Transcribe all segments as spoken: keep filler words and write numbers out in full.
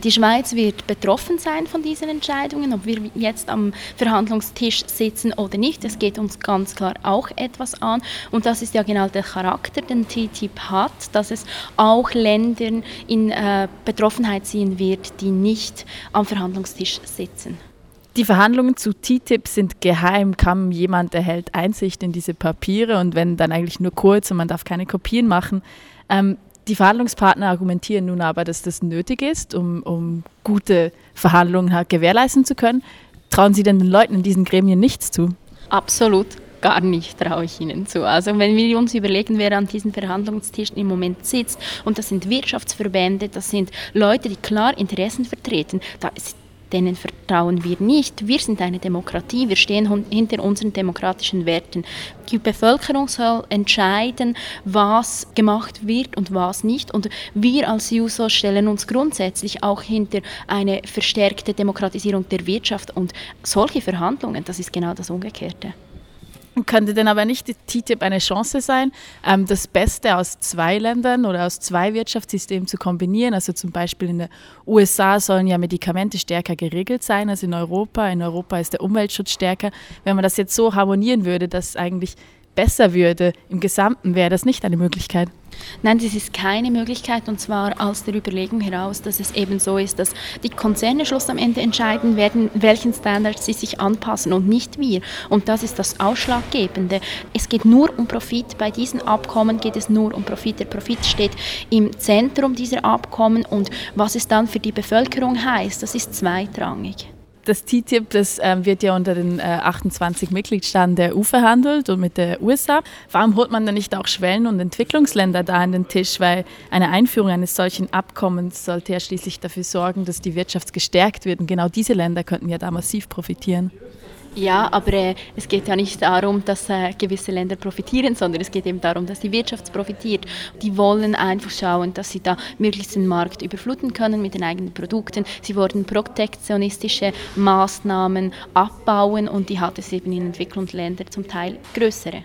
Die Schweiz wird betroffen sein von diesen Entscheidungen, ob wir jetzt am Verhandlungstisch sitzen oder nicht. Es geht uns ganz klar auch etwas an und das ist ja genau der Charakter, den T T I P hat, dass es auch Ländern in äh, Betroffenheit ziehen wird, die nicht am Verhandlungstisch sitzen. Die Verhandlungen zu T T I P sind geheim, kaum jemand erhält Einsicht in diese Papiere und wenn dann eigentlich nur kurz und man darf keine Kopien machen. Ähm, die Verhandlungspartner argumentieren nun aber, dass das nötig ist, um, um gute Verhandlungen halt gewährleisten zu können. Trauen Sie denn den Leuten in diesen Gremien nichts zu? Absolut. Gar nicht, traue ich Ihnen zu. Also wenn wir uns überlegen, wer an diesen Verhandlungstischen im Moment sitzt, und das sind Wirtschaftsverbände, das sind Leute, die klar Interessen vertreten, da ist denen vertrauen wir nicht. Wir sind eine Demokratie, wir stehen hinter unseren demokratischen Werten. Die Bevölkerung soll entscheiden, was gemacht wird und was nicht. Und wir als Juso stellen uns grundsätzlich auch hinter eine verstärkte Demokratisierung der Wirtschaft. Und solche Verhandlungen, das ist genau das Umgekehrte. Könnte denn aber nicht die T T I P eine Chance sein, das Beste aus zwei Ländern oder aus zwei Wirtschaftssystemen zu kombinieren? Also zum Beispiel in den U S A sollen ja Medikamente stärker geregelt sein als in Europa. In Europa ist der Umweltschutz stärker. Wenn man das jetzt so harmonieren würde, dass es eigentlich besser würde im Gesamten, wäre das nicht eine Möglichkeit? Nein, das ist keine Möglichkeit und zwar aus der Überlegung heraus, dass es eben so ist, dass die Konzerne schluss am Ende entscheiden werden, welchen Standards sie sich anpassen und nicht wir. Und das ist das Ausschlaggebende. Es geht nur um Profit. Bei diesen Abkommen geht es nur um Profit. Der Profit steht im Zentrum dieser Abkommen und was es dann für die Bevölkerung heißt, das ist zweitrangig. Das T T I P, das äh, wird ja unter den äh, achtundzwanzig Mitgliedstaaten der E U verhandelt und mit der U S A. Warum holt man dann nicht auch Schwellen- und Entwicklungsländer da an den Tisch? Weil eine Einführung eines solchen Abkommens sollte ja schließlich dafür sorgen, dass die Wirtschaft gestärkt wird. Und genau diese Länder könnten ja da massiv profitieren. Ja, aber äh, es geht ja nicht darum, dass äh, gewisse Länder profitieren, sondern es geht eben darum, dass die Wirtschaft profitiert. Die wollen einfach schauen, dass sie da möglichst den Markt überfluten können mit den eigenen Produkten. Sie wollen protektionistische Maßnahmen abbauen und die hat es eben in Entwicklungsländern zum Teil größere.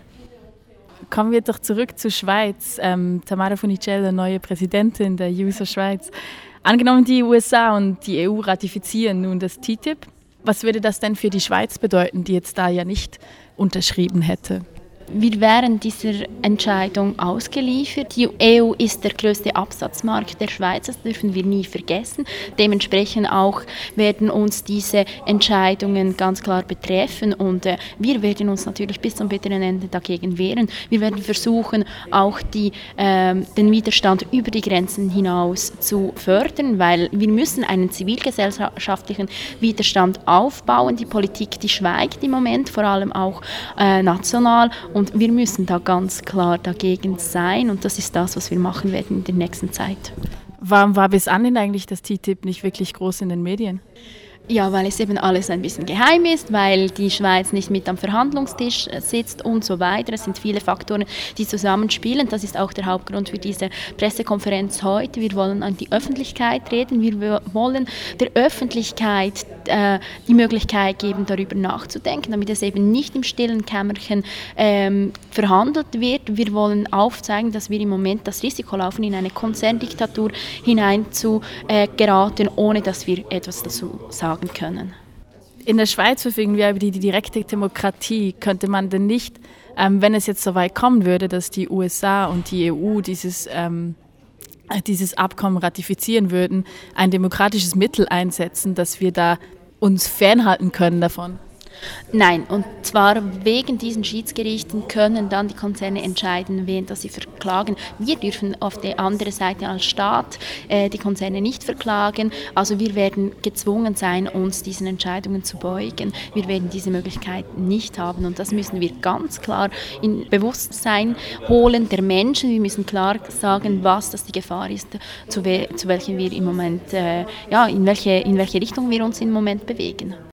Kommen wir doch zurück zur Schweiz. Ähm, Tamara Funiciello, neue Präsidentin der Juso Schweiz. Angenommen, die U S A und die E U ratifizieren nun das T T I P. Was würde das denn für die Schweiz bedeuten, die jetzt da ja nicht unterschrieben hätte? Wir wären dieser Entscheidung ausgeliefert. Die E U ist der größte Absatzmarkt der Schweiz, das dürfen wir nie vergessen. Dementsprechend auch werden uns diese Entscheidungen ganz klar betreffen und äh, wir werden uns natürlich bis zum bitteren Ende dagegen wehren. Wir werden versuchen, auch die, äh, den Widerstand über die Grenzen hinaus zu fördern, weil wir müssen einen zivilgesellschaftlichen Widerstand aufbauen. Die Politik, die schweigt im Moment, vor allem auch äh, national. Und wir müssen da ganz klar dagegen sein und das ist das, was wir machen werden in der nächsten Zeit. Warum war bis anhin eigentlich das T T I P nicht wirklich groß in den Medien? Ja, weil es eben alles ein bisschen geheim ist, weil die Schweiz nicht mit am Verhandlungstisch sitzt und so weiter. Es sind viele Faktoren, die zusammenspielen. Das ist auch der Hauptgrund für diese Pressekonferenz heute. Wir wollen an die Öffentlichkeit reden. Wir wollen der Öffentlichkeit äh, die Möglichkeit geben, darüber nachzudenken, damit es eben nicht im stillen Kämmerchen ähm, verhandelt wird. Wir wollen aufzeigen, dass wir im Moment das Risiko laufen, in eine Konzerndiktatur hinein zu äh, geraten, ohne dass wir etwas dazu sagen können. In der Schweiz verfügen wir über die direkte Demokratie. Könnte man denn nicht, ähm, wenn es jetzt so weit kommen würde, dass die U S A und die E U dieses, ähm, dieses Abkommen ratifizieren würden, ein demokratisches Mittel einsetzen, dass wir da uns fernhalten können davon? Nein, und zwar wegen diesen Schiedsgerichten können dann die Konzerne entscheiden, wen das sie verklagen. Wir dürfen auf der anderen Seite als Staat äh, die Konzerne nicht verklagen. Also wir werden gezwungen sein, uns diesen Entscheidungen zu beugen. Wir werden diese Möglichkeit nicht haben und das müssen wir ganz klar in Bewusstsein holen der Menschen. Wir müssen klar sagen, was das die Gefahr ist, zu, we- zu welchen wir im Moment, äh, ja, in welche, in welche Richtung wir uns im Moment bewegen.